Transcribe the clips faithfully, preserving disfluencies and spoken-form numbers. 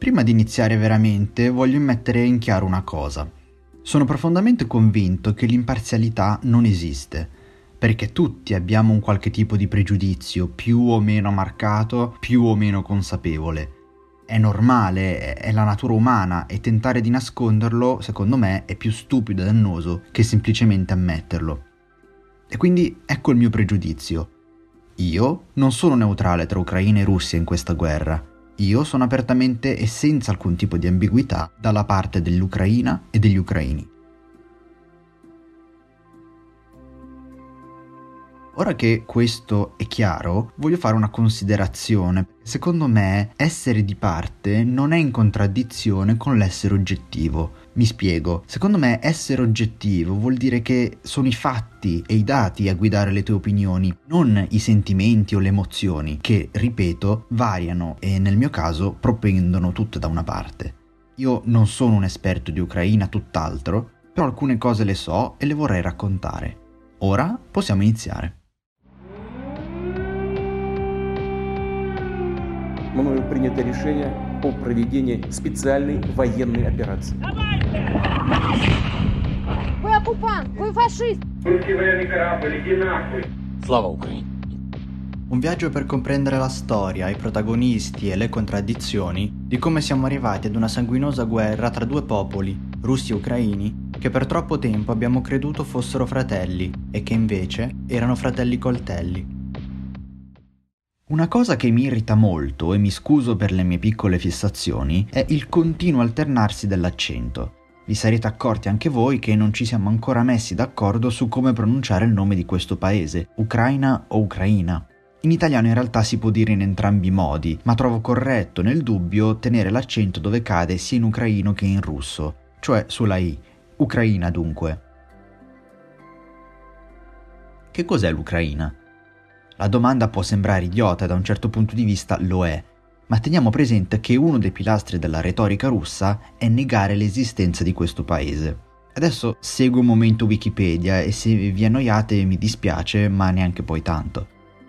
Prima di iniziare veramente voglio mettere in chiaro una cosa. Sono profondamente convinto che l'imparzialità non esiste, perché tutti abbiamo un qualche tipo di pregiudizio, più o meno marcato, più o meno consapevole. È normale, è la natura umana e tentare di nasconderlo, secondo me, è più stupido e dannoso che semplicemente ammetterlo. E quindi ecco il mio pregiudizio. Io non sono neutrale tra Ucraina e Russia in questa guerra. Io sono apertamente e senza alcun tipo di ambiguità dalla parte dell'Ucraina e degli ucraini. Ora che questo è chiaro, voglio fare una considerazione. Secondo me, essere di parte non è in contraddizione con l'essere oggettivo. Mi spiego. Secondo me, essere oggettivo vuol dire che sono i fatti e i dati a guidare le tue opinioni, non i sentimenti o le emozioni, che, ripeto, variano e nel mio caso propendono tutte da una parte. Io non sono un esperto di Ucraina, tutt'altro, però alcune cose le so e le vorrei raccontare. Ora possiamo iniziare. Мною принято решение о проведении специальной военной операции. Вы оккупант! Вы фашист! Русский военный корабль, иди нахуй! Слава Україні! Un viaggio per comprendere la storia, i protagonisti e le contraddizioni di come siamo arrivati ad una sanguinosa guerra tra due popoli, russi e ucraini, che per troppo tempo abbiamo creduto fossero fratelli e che invece erano fratelli coltelli. Una cosa che mi irrita molto, e mi scuso per le mie piccole fissazioni, è il continuo alternarsi dell'accento. Vi sarete accorti anche voi che non ci siamo ancora messi d'accordo su come pronunciare il nome di questo paese, Ucraina o Ucraina. In italiano in realtà si può dire in entrambi i modi, ma trovo corretto nel dubbio tenere l'accento dove cade sia in ucraino che in russo, cioè sulla I, Ucraina dunque. Che cos'è l'Ucraina? La domanda può sembrare idiota e da un certo punto di vista lo è, ma teniamo presente che uno dei pilastri della retorica russa è negare l'esistenza di questo paese. Adesso seguo un momento Wikipedia e se vi annoiate mi dispiace, ma neanche poi tanto.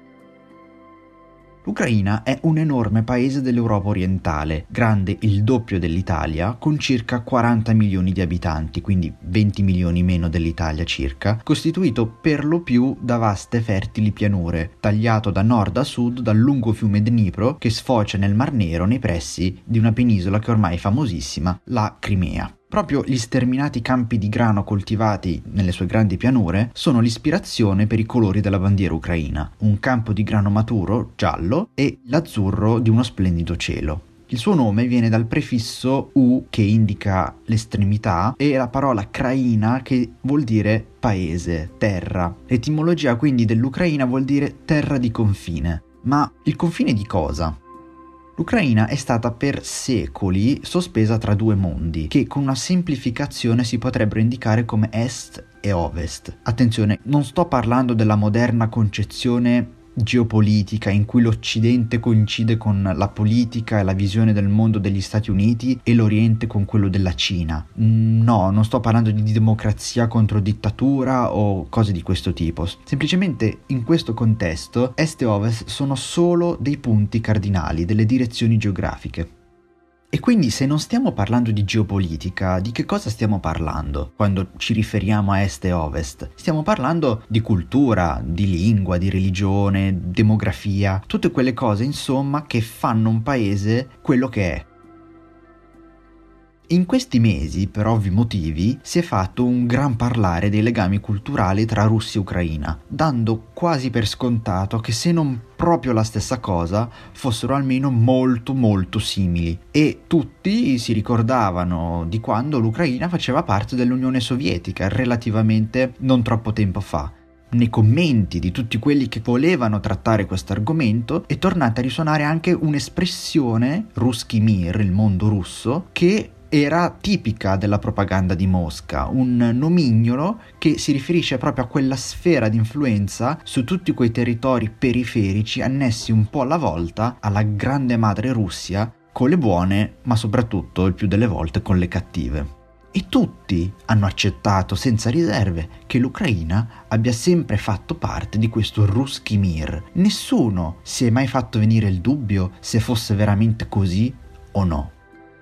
L'Ucraina è un enorme paese dell'Europa orientale, grande il doppio dell'Italia, con circa quaranta milioni di abitanti, quindi venti milioni meno dell'Italia circa, costituito per lo più da vaste e fertili pianure, tagliato da nord a sud dal lungo fiume Dnipro che sfocia nel Mar Nero nei pressi di una penisola che ormai è famosissima, la Crimea. Proprio gli sterminati campi di grano coltivati nelle sue grandi pianure sono l'ispirazione per i colori della bandiera ucraina, un campo di grano maturo, giallo, e l'azzurro di uno splendido cielo. Il suo nome viene dal prefisso U che indica l'estremità e la parola kraina che vuol dire paese, terra. L'etimologia quindi dell'Ucraina vuol dire terra di confine. Ma il confine di cosa? L'Ucraina è stata per secoli sospesa tra due mondi, che con una semplificazione si potrebbero indicare come est e ovest. Attenzione, non sto parlando della moderna concezione geopolitica in cui l'Occidente coincide con la politica e la visione del mondo degli Stati Uniti e l'Oriente con quello della Cina. No, non sto parlando di democrazia contro dittatura o cose di questo tipo. Semplicemente in questo contesto est e ovest sono solo dei punti cardinali, delle direzioni geografiche. E quindi se non stiamo parlando di geopolitica, di che cosa stiamo parlando quando ci riferiamo a est e ovest? Stiamo parlando di cultura, di lingua, di religione, demografia, tutte quelle cose insomma che fanno un paese quello che è. In questi mesi, per ovvi motivi, si è fatto un gran parlare dei legami culturali tra Russia e Ucraina, dando quasi per scontato che se non proprio la stessa cosa, fossero almeno molto molto simili. E tutti si ricordavano di quando l'Ucraina faceva parte dell'Unione Sovietica, relativamente non troppo tempo fa. Nei commenti di tutti quelli che volevano trattare questo argomento è tornata a risuonare anche un'espressione, Ruski Mir, il mondo russo, che era tipica della propaganda di Mosca, un nomignolo che si riferisce proprio a quella sfera di influenza su tutti quei territori periferici annessi un po' alla volta alla grande madre Russia, con le buone, ma soprattutto il più delle volte con le cattive. E tutti hanno accettato senza riserve che l'Ucraina abbia sempre fatto parte di questo Ruski Mir. Nessuno si è mai fatto venire il dubbio se fosse veramente così o no.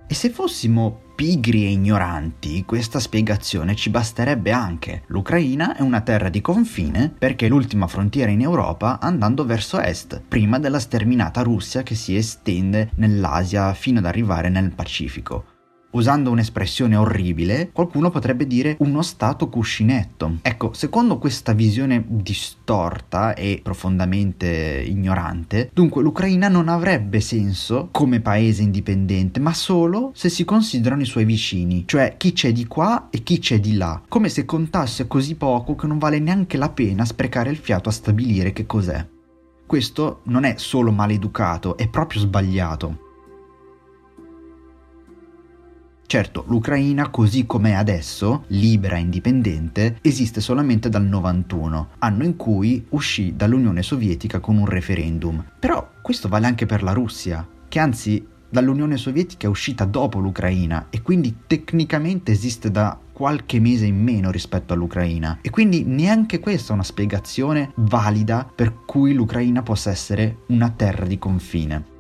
E se fossimo pigri e ignoranti, questa spiegazione ci basterebbe anche. L'Ucraina è una terra di confine perché è l'ultima frontiera in Europa andando verso est, prima della sterminata Russia che si estende nell'Asia fino ad arrivare nel Pacifico. Usando un'espressione orribile, qualcuno potrebbe dire uno stato cuscinetto. Ecco, secondo questa visione distorta e profondamente ignorante, dunque l'Ucraina non avrebbe senso come paese indipendente, ma solo se si considerano i suoi vicini, cioè chi c'è di qua e chi c'è di là, come se contasse così poco che non vale neanche la pena sprecare il fiato a stabilire che cos'è. Questo non è solo maleducato, è proprio sbagliato. Certo, l'Ucraina così com'è adesso, libera e indipendente, esiste solamente dal novantuno, anno in cui uscì dall'Unione Sovietica con un referendum. Però questo vale anche per la Russia, che anzi dall'Unione Sovietica è uscita dopo l'Ucraina e quindi tecnicamente esiste da qualche mese in meno rispetto all'Ucraina. E quindi neanche questa è una spiegazione valida per cui l'Ucraina possa essere una terra di confine.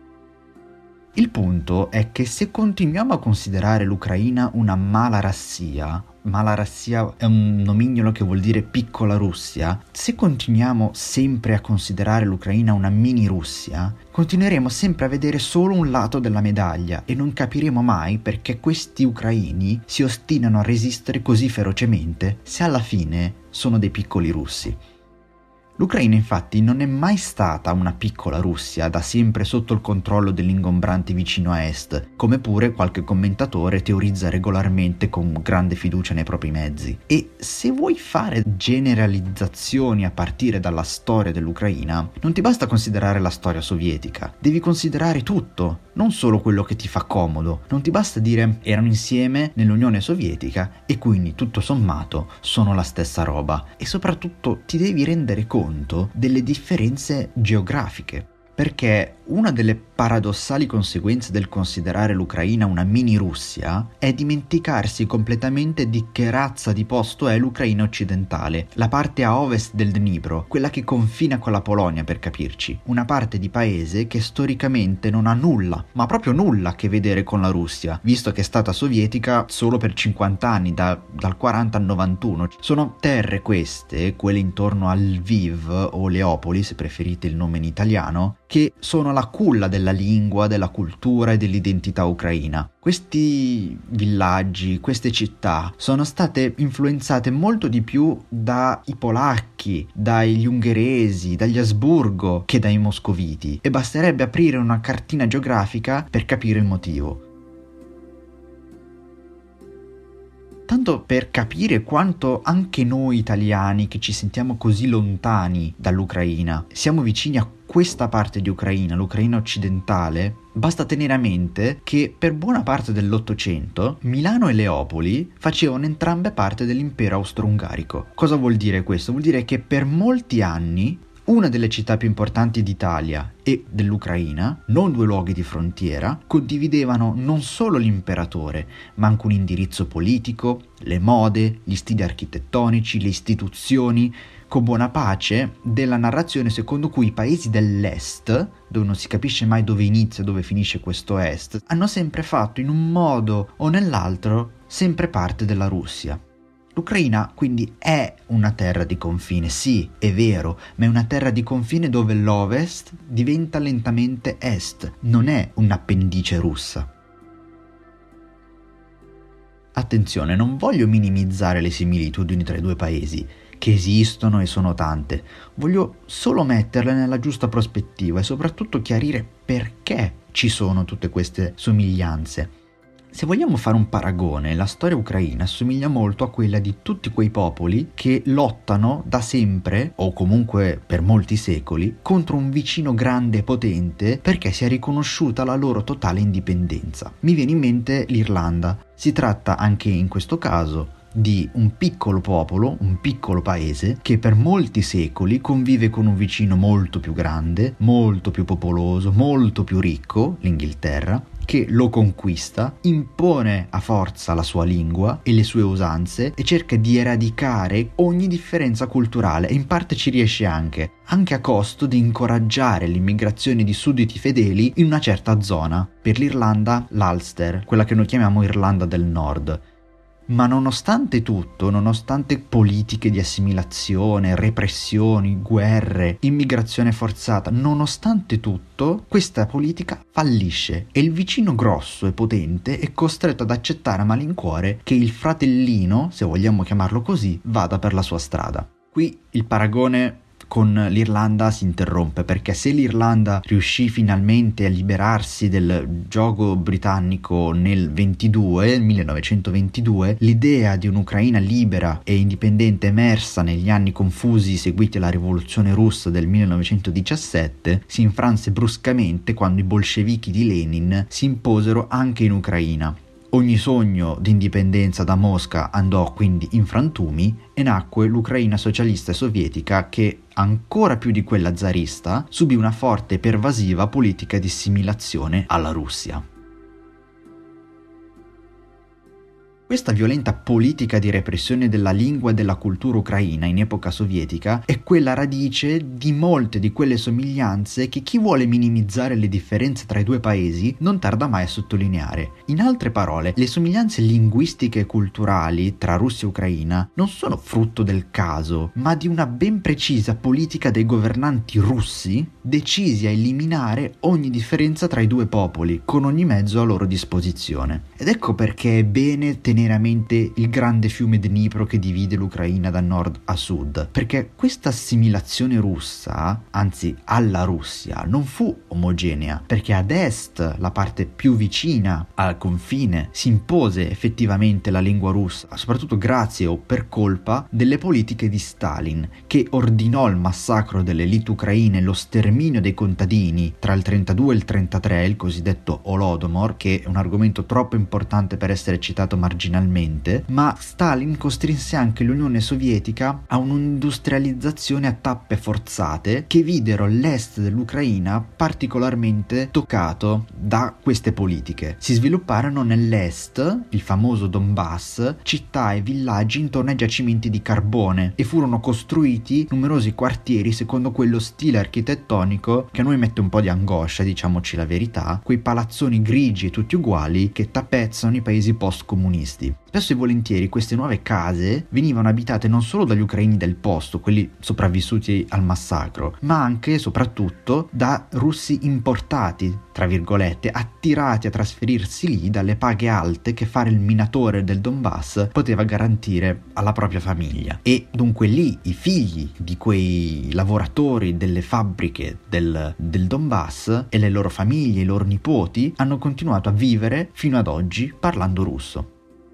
Il punto è che se continuiamo a considerare l'Ucraina una malarassia, malarassia è un nomignolo che vuol dire piccola Russia, se continuiamo sempre a considerare l'Ucraina una mini Russia, continueremo sempre a vedere solo un lato della medaglia e non capiremo mai perché questi ucraini si ostinano a resistere così ferocemente se alla fine sono dei piccoli russi. L'Ucraina infatti non è mai stata una piccola Russia, da sempre sotto il controllo dell'ingombrante vicino a est, come pure qualche commentatore teorizza regolarmente con grande fiducia nei propri mezzi. E se vuoi fare generalizzazioni a partire dalla storia dell'Ucraina, non ti basta considerare la storia sovietica, devi considerare tutto, non solo quello che ti fa comodo. Non ti basta dire erano insieme nell'Unione Sovietica e quindi tutto sommato sono la stessa roba, e soprattutto ti devi rendere conto delle differenze geografiche, perché una delle paradossali conseguenze del considerare l'Ucraina una mini Russia è dimenticarsi completamente di che razza di posto è l'Ucraina occidentale, la parte a ovest del Dnipro, quella che confina con la Polonia per capirci, una parte di paese che storicamente non ha nulla, ma proprio nulla a che vedere con la Russia, visto che è stata sovietica solo per cinquanta anni, da, dal quaranta al novantuno. Sono terre queste, quelle intorno a Lviv o Leopoli, se preferite il nome in italiano, che sono la culla della lingua, della cultura e dell'identità ucraina. Questi villaggi, queste città sono state influenzate molto di più dai polacchi, dagli ungheresi, dagli Asburgo che dai moscoviti, e basterebbe aprire una cartina geografica per capire il motivo. Tanto per capire quanto anche noi italiani, che ci sentiamo così lontani dall'Ucraina, siamo vicini a questa parte di Ucraina, l'Ucraina occidentale, basta tenere a mente che per buona parte dell'Ottocento Milano e Leopoli facevano entrambe parte dell'impero austro-ungarico. Cosa vuol dire questo? Vuol dire che per molti anni una delle città più importanti d'Italia e dell'Ucraina, non due luoghi di frontiera, condividevano non solo l'imperatore, ma anche un indirizzo politico, le mode, gli stili architettonici, le istituzioni, con buona pace della narrazione secondo cui i paesi dell'est, dove non si capisce mai dove inizia e dove finisce questo est, hanno sempre fatto in un modo o nell'altro sempre parte della Russia. L'Ucraina quindi è una terra di confine, sì, è vero, ma è una terra di confine dove l'ovest diventa lentamente est, non è un'appendice russa. Attenzione, non voglio minimizzare le similitudini tra i due paesi, che esistono e sono tante, voglio solo metterle nella giusta prospettiva e soprattutto chiarire perché ci sono tutte queste somiglianze. Se vogliamo fare un paragone, la storia ucraina assomiglia molto a quella di tutti quei popoli che lottano da sempre, o comunque per molti secoli, contro un vicino grande e potente perché sia riconosciuta la loro totale indipendenza. Mi viene in mente l'Irlanda. Si tratta anche in questo caso di un piccolo popolo, un piccolo paese che per molti secoli convive con un vicino molto più grande, molto più popoloso, molto più ricco, l'Inghilterra, che lo conquista, impone a forza la sua lingua e le sue usanze e cerca di eradicare ogni differenza culturale, e in parte ci riesce anche, anche a costo di incoraggiare l'immigrazione di sudditi fedeli in una certa zona. Per l'Irlanda, l'Ulster, quella che noi chiamiamo Irlanda del Nord. Ma nonostante tutto, nonostante politiche di assimilazione, repressioni, guerre, immigrazione forzata, nonostante tutto, questa politica fallisce e il vicino grosso e potente è costretto ad accettare a malincuore che il fratellino, se vogliamo chiamarlo così, vada per la sua strada. Qui il paragone con l'Irlanda si interrompe, perché se l'Irlanda riuscì finalmente a liberarsi del giogo britannico nel ventidue, millenovecentoventidue, l'idea di un'Ucraina libera e indipendente emersa negli anni confusi seguiti alla rivoluzione russa del millenovecentodiciassette si infranse bruscamente quando i bolscevichi di Lenin si imposero anche in Ucraina. Ogni sogno di indipendenza da Mosca andò quindi in frantumi e nacque l'Ucraina socialista e sovietica che, ancora più di quella zarista, subì una forte e pervasiva politica di assimilazione alla Russia. Questa violenta politica di repressione della lingua e della cultura ucraina in epoca sovietica è quella radice di molte di quelle somiglianze che chi vuole minimizzare le differenze tra i due paesi non tarda mai a sottolineare. In altre parole, le somiglianze linguistiche e culturali tra Russia e Ucraina non sono frutto del caso, ma di una ben precisa politica dei governanti russi decisi a eliminare ogni differenza tra i due popoli con ogni mezzo a loro disposizione. Ed ecco perché è bene tenere a mente il grande fiume Dnipro che divide l'Ucraina da nord a sud, perché questa assimilazione russa, anzi alla Russia, non fu omogenea, perché ad est, la parte più vicina al confine, si impose effettivamente la lingua russa, soprattutto grazie o per colpa delle politiche di Stalin, che ordinò il massacro delle elite ucraine e lo sterminio dei contadini tra il trentadue e il trentatré, il cosiddetto Holodomor, che è un argomento troppo importante per essere citato marginalmente. Ma Stalin costrinse anche l'Unione Sovietica a un'industrializzazione a tappe forzate che videro l'est dell'Ucraina particolarmente toccato da queste politiche. Si svilupparono nell'est, il famoso Donbass, città e villaggi intorno ai giacimenti di carbone e furono costruiti numerosi quartieri secondo quello stile architettonico che a noi mette un po' di angoscia, diciamoci la verità, quei palazzoni grigi e tutti uguali che tappezzano i paesi post-comunisti. Spesso e volentieri queste nuove case venivano abitate non solo dagli ucraini del posto, quelli sopravvissuti al massacro, ma anche e soprattutto da russi importati, tra virgolette, attirati a trasferirsi lì dalle paghe alte che fare il minatore del Donbass poteva garantire alla propria famiglia. E dunque lì i figli di quei lavoratori delle fabbriche del, del Donbass e le loro famiglie, i loro nipoti, hanno continuato a vivere fino ad oggi parlando russo.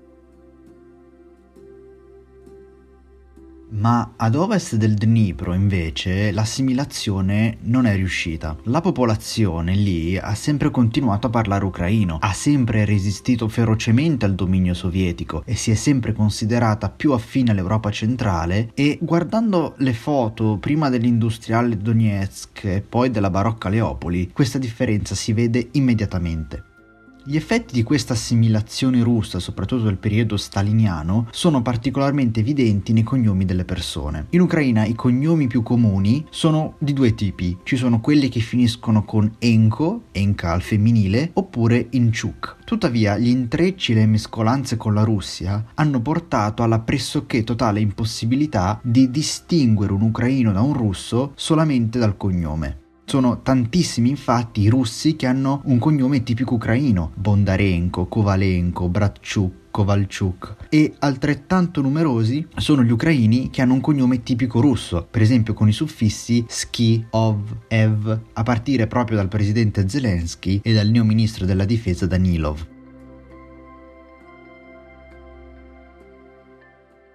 Ma ad ovest del Dnipro, invece, l'assimilazione non è riuscita. La popolazione lì ha sempre continuato a parlare ucraino, ha sempre resistito ferocemente al dominio sovietico e si è sempre considerata più affine all'Europa centrale, e guardando le foto prima dell'industriale Donetsk e poi della barocca Leopoli, questa differenza si vede immediatamente. Gli effetti di questa assimilazione russa, soprattutto del periodo staliniano, sono particolarmente evidenti nei cognomi delle persone. In Ucraina i cognomi più comuni sono di due tipi. Ci sono quelli che finiscono con Enko, Enka al femminile, oppure Inchuk. Tuttavia gli intrecci e le mescolanze con la Russia hanno portato alla pressoché totale impossibilità di distinguere un ucraino da un russo solamente dal cognome. Sono tantissimi infatti i russi che hanno un cognome tipico ucraino: Bondarenko, Kovalenko, Bratchuk, Kovalchuk, e altrettanto numerosi sono gli ucraini che hanno un cognome tipico russo, per esempio con i suffissi Ski, Ov, Ev, a partire proprio dal presidente Zelensky e dal neo ministro della difesa Danilov.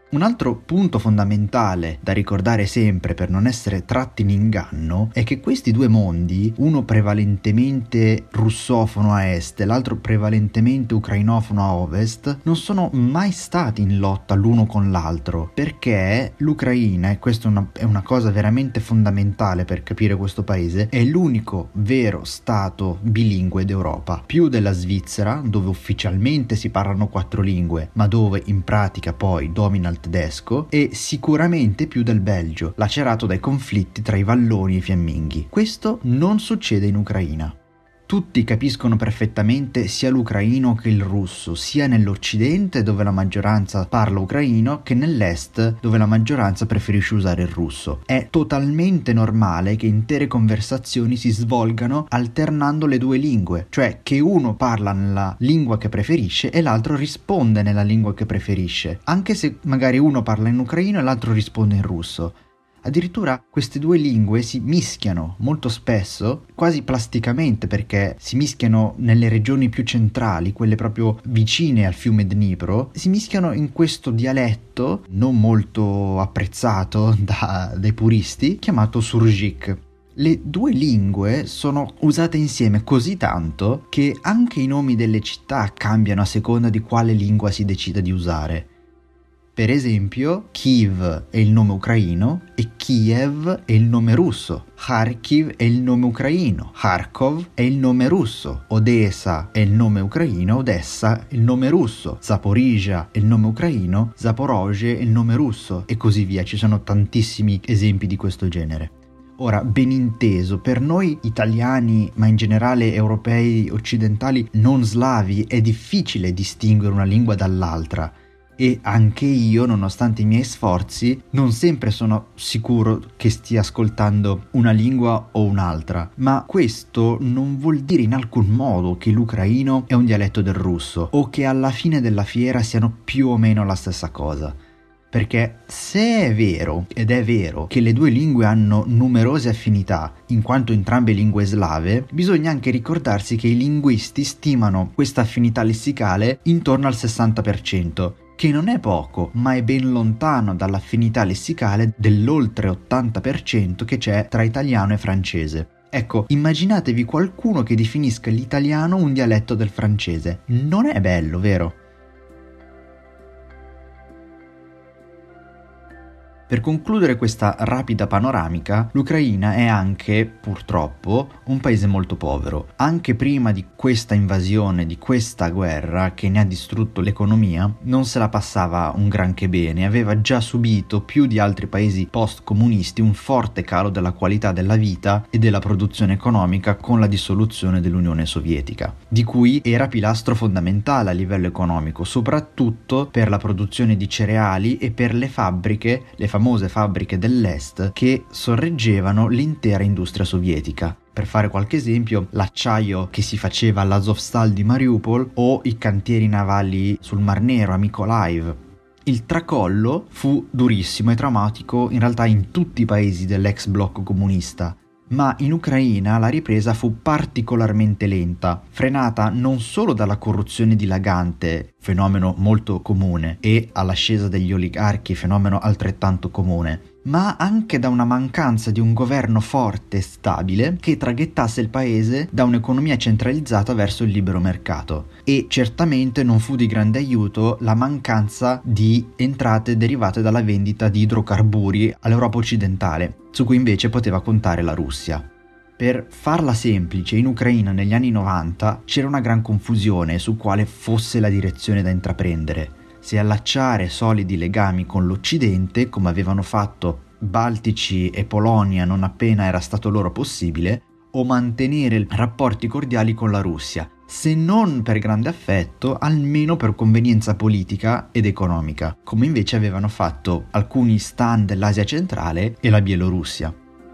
Un altro punto fondamentale da ricordare sempre per non essere tratti in inganno è che questi due mondi, uno prevalentemente russofono a est e l'altro prevalentemente ucrainofono a ovest, non sono mai stati in lotta l'uno con l'altro, perché l'Ucraina, e questa è una, è una cosa veramente fondamentale per capire questo paese, è l'unico vero stato bilingue d'Europa, più della Svizzera, dove ufficialmente si parlano quattro lingue, ma dove in pratica poi domina il tedesco, e sicuramente più del Belgio, lacerato dai conflitti tra i valloni e i fiamminghi. Questo non succede in Ucraina. Tutti capiscono perfettamente sia l'ucraino che il russo, sia nell'occidente dove la maggioranza parla ucraino che nell'est dove la maggioranza preferisce usare il russo. È totalmente normale che intere conversazioni si svolgano alternando le due lingue, cioè che uno parla nella lingua che preferisce e l'altro risponde nella lingua che preferisce, anche se magari uno parla in ucraino e l'altro risponde in russo. Addirittura queste due lingue si mischiano molto spesso, quasi plasticamente, perché si mischiano nelle regioni più centrali, quelle proprio vicine al fiume Dnipro, si mischiano in questo dialetto non molto apprezzato da, dai puristi, chiamato Surjik. Le due lingue sono usate insieme così tanto che anche i nomi delle città cambiano a seconda di quale lingua si decida di usare. Per esempio, Kiev è il nome ucraino e Kiev è il nome russo, Kharkiv è il nome ucraino, Kharkov è il nome russo, Odessa è il nome ucraino, Odessa è il nome russo, Zaporizhia è il nome ucraino, Zaporozhye è il nome russo e così via. Ci sono tantissimi esempi di questo genere. Ora, ben inteso, per noi italiani, ma in generale europei occidentali non slavi, è difficile distinguere una lingua dall'altra. E anche io, nonostante i miei sforzi, non sempre sono sicuro che stia ascoltando una lingua o un'altra, ma questo non vuol dire in alcun modo che l'ucraino è un dialetto del russo o che alla fine della fiera siano più o meno la stessa cosa. Perché se è vero, ed è vero, che le due lingue hanno numerose affinità, in quanto entrambe lingue slave, bisogna anche ricordarsi che i linguisti stimano questa affinità lessicale intorno al sessanta per cento, che non è poco, ma è ben lontano dall'affinità lessicale dell'oltre ottanta per cento che c'è tra italiano e francese. Ecco, immaginatevi qualcuno che definisca l'italiano un dialetto del francese. Non è bello, vero? Per concludere questa rapida panoramica, l'Ucraina è anche, purtroppo, un paese molto povero. Anche prima di questa invasione, di questa guerra che ne ha distrutto l'economia, non se la passava un granché bene, aveva già subito più di altri paesi post-comunisti un forte calo della qualità della vita e della produzione economica con la dissoluzione dell'Unione Sovietica, di cui era pilastro fondamentale a livello economico, soprattutto per la produzione di cereali e per le fabbriche, le famose fabbriche dell'est che sorreggevano l'intera industria sovietica. Per fare qualche esempio, l'acciaio che si faceva all'Azovstal di Mariupol o i cantieri navali sul Mar Nero a Mykolaiv. Il tracollo fu durissimo e traumatico in realtà in tutti i paesi dell'ex blocco comunista, ma in Ucraina la ripresa fu particolarmente lenta, frenata non solo dalla corruzione dilagante, fenomeno molto comune, e all'ascesa degli oligarchi, fenomeno altrettanto comune, ma anche da una mancanza di un governo forte e stabile che traghettasse il paese da un'economia centralizzata verso il libero mercato. E certamente non fu di grande aiuto la mancanza di entrate derivate dalla vendita di idrocarburi all'Europa occidentale, su cui invece poteva contare la Russia. Per farla semplice, in Ucraina negli anni novanta c'era una gran confusione su quale fosse la direzione da intraprendere. Se allacciare solidi legami con l'Occidente, come avevano fatto Baltici e Polonia non appena era stato loro possibile, o mantenere rapporti cordiali con la Russia, se non per grande affetto, almeno per convenienza politica ed economica, come invece avevano fatto alcuni stan dell'Asia centrale e la Bielorussia.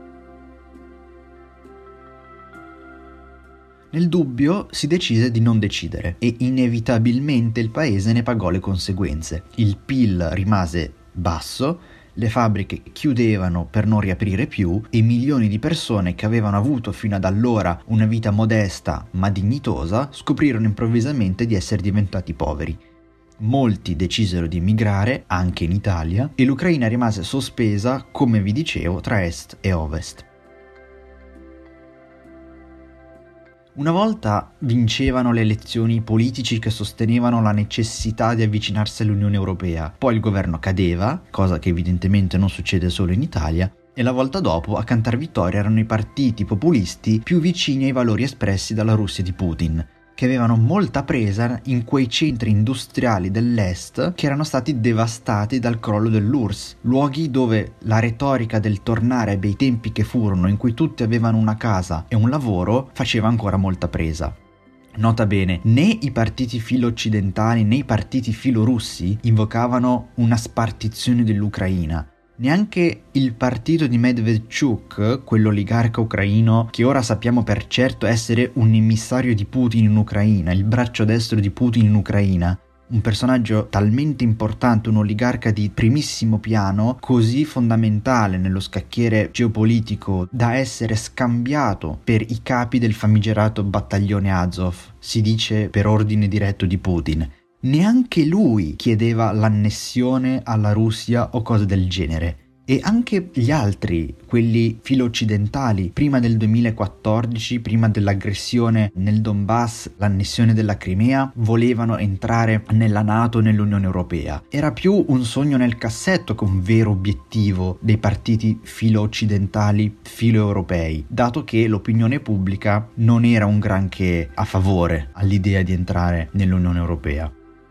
Nel dubbio si decise di non decidere e inevitabilmente il paese ne pagò le conseguenze. Il P I L rimase basso, le fabbriche chiudevano per non riaprire più e milioni di persone che avevano avuto fino ad allora una vita modesta ma dignitosa scoprirono improvvisamente di essere diventati poveri. Molti decisero di emigrare, anche in Italia, e l'Ucraina rimase sospesa, come vi dicevo, tra est e ovest. Una volta vincevano le elezioni i politici che sostenevano la necessità di avvicinarsi all'Unione Europea, poi il governo cadeva, cosa che evidentemente non succede solo in Italia, e la volta dopo a cantar vittoria erano i partiti populisti più vicini ai valori espressi dalla Russia di Putin, che avevano molta presa in quei centri industriali dell'est che erano stati devastati dal crollo dell'U R S S, luoghi dove la retorica del tornare ai bei tempi che furono, in cui tutti avevano una casa e un lavoro, faceva ancora molta presa. Nota bene, né i partiti filo-occidentali né i partiti filo-russi invocavano una spartizione dell'Ucraina. Neanche il partito di Medvedchuk, quell'oligarca ucraino che ora sappiamo per certo essere un emissario di Putin in Ucraina, il braccio destro di Putin in Ucraina, un personaggio talmente importante, un oligarca di primissimo piano, così fondamentale nello scacchiere geopolitico da essere scambiato per i capi del famigerato battaglione Azov, si dice per ordine diretto di Putin. Neanche lui chiedeva l'annessione alla Russia o cose del genere. E anche gli altri, quelli filo-occidentali, prima del duemilaquattordici, prima dell'aggressione nel Donbass, l'annessione della Crimea, volevano entrare nella NATO e nell'Unione Europea. Era più un sogno nel cassetto che un vero obiettivo dei partiti filo-occidentali, filo-europei, dato che l'opinione pubblica non era un granché a favore all'idea di entrare nell'Unione Europea.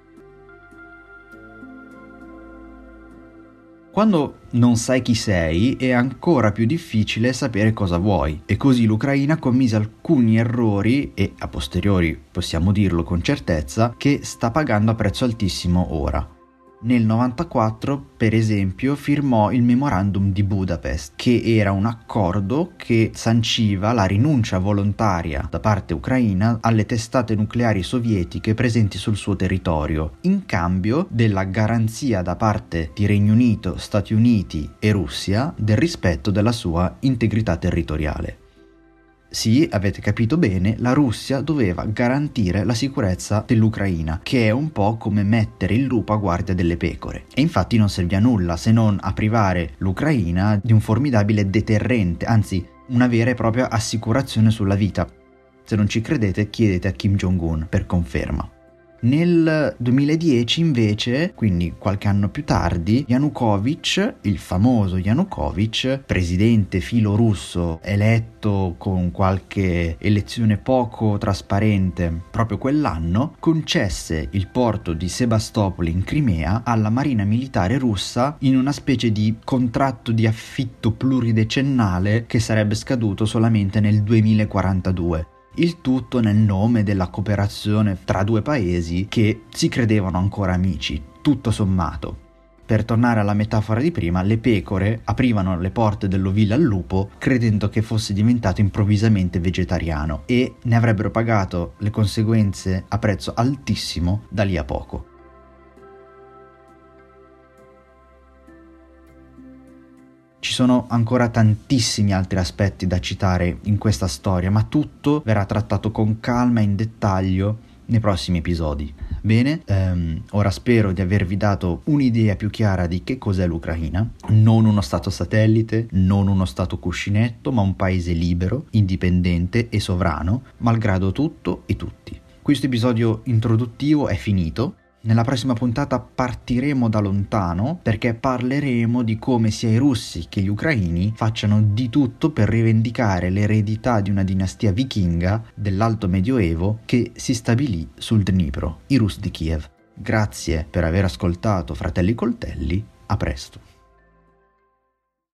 Quando non sai chi sei è ancora più difficile sapere cosa vuoi, e così l'Ucraina commise alcuni errori e a posteriori possiamo dirlo con certezza che sta pagando a prezzo altissimo ora. Nel novantaquattro, per esempio, firmò il Memorandum di Budapest, che era un accordo che sanciva la rinuncia volontaria da parte ucraina alle testate nucleari sovietiche presenti sul suo territorio, in cambio della garanzia da parte di Regno Unito, Stati Uniti e Russia del rispetto della sua integrità territoriale. Sì, avete capito bene, la Russia doveva garantire la sicurezza dell'Ucraina, che è un po' come mettere il lupo a guardia delle pecore. E infatti non servì a nulla se non a privare l'Ucraina di un formidabile deterrente, anzi una vera e propria assicurazione sulla vita. Se non ci credete, chiedete a Kim Jong-un per conferma. Nel duemiladieci invece, quindi qualche anno più tardi, Yanukovych, il famoso Yanukovych, presidente filorusso eletto con qualche elezione poco trasparente proprio quell'anno, concesse il porto di Sebastopoli in Crimea alla marina militare russa in una specie di contratto di affitto pluridecennale che sarebbe scaduto solamente nel duemilaquarantadue. Il tutto nel nome della cooperazione tra due paesi che si credevano ancora amici, tutto sommato. Per tornare alla metafora di prima, le pecore aprivano le porte dell'ovile al lupo credendo che fosse diventato improvvisamente vegetariano e ne avrebbero pagato le conseguenze a prezzo altissimo da lì a poco. Ci sono ancora tantissimi altri aspetti da citare in questa storia, ma tutto verrà trattato con calma e in dettaglio nei prossimi episodi. Bene, ehm, ora spero di avervi dato un'idea più chiara di che cos'è l'Ucraina, non uno stato satellite, non uno stato cuscinetto, ma un paese libero, indipendente e sovrano, malgrado tutto e tutti. Questo episodio introduttivo è finito. Nella prossima puntata partiremo da lontano perché parleremo di come sia i russi che gli ucraini facciano di tutto per rivendicare l'eredità di una dinastia vichinga dell'Alto Medioevo che si stabilì sul Dnipro, i Rus di Kiev. Grazie per aver ascoltato Fratelli Coltelli, a presto.